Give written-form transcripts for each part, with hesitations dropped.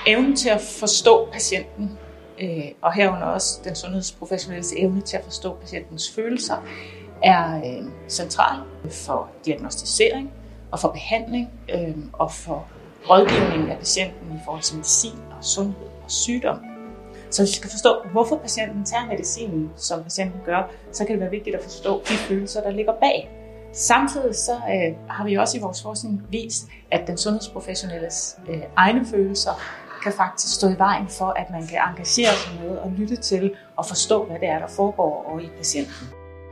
evnen til at forstå patienten, og herunder også den sundhedsprofessionelles evne til at forstå patientens følelser, er central for diagnostisering og for behandling og for rådgivning af patienten i forhold til medicin og sundhed og sygdom. Så hvis vi skal forstå, hvorfor patienten tager medicinen, som patienten gør, så kan det være vigtigt at forstå de følelser, der ligger bag. Samtidig så har vi også i vores forskning vist, at den sundhedsprofessionelles egne følelser kan faktisk stå i vejen for, at man kan engagere sig med og lytte til og forstå, hvad det er, der foregår over i patienten.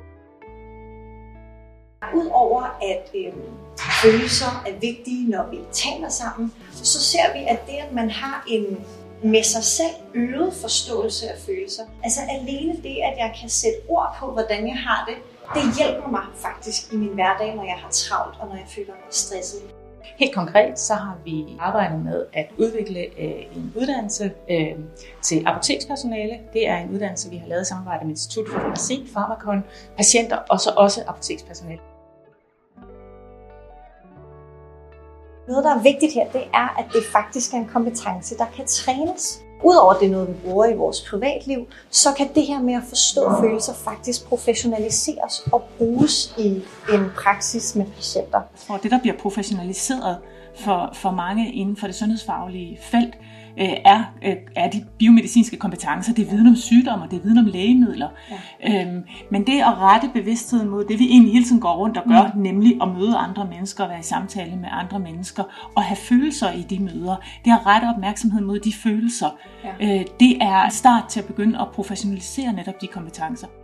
Udover at følelser er vigtige, når vi taler sammen, så ser vi, at det, at man har en med sig selv øget forståelse af følelser, altså alene det, at jeg kan sætte ord på, hvordan jeg har det, det hjælper mig faktisk i min hverdag, når jeg har travlt og når jeg føler mig stresset. Helt konkret så har vi arbejdet med at udvikle en uddannelse til apotekspersonale. Det er en uddannelse, vi har lavet i samarbejde med Institut for Farmaci, Pharmakon, patienter og så også apotekspersonale. Noget, der er vigtigt her, det er, at det faktisk er en kompetence, der kan trænes. Udover det er noget, vi bruger i vores privatliv, så kan det her med at forstå følelser faktisk professionaliseres og bruges i en praksis med patienter. Og det, der bliver professionaliseret for mange inden for det sundhedsfaglige felt, er de biomedicinske kompetencer. Det er viden om sygdomme, det er viden om lægemidler. Ja. Men det at rette bevidstheden mod det, vi egentlig hele tiden går rundt og gør, nemlig at møde andre mennesker, være i samtale med andre mennesker og have følelser i de møder, det at rette opmærksomheden mod de følelser, det er start til at begynde at professionalisere netop de kompetencer.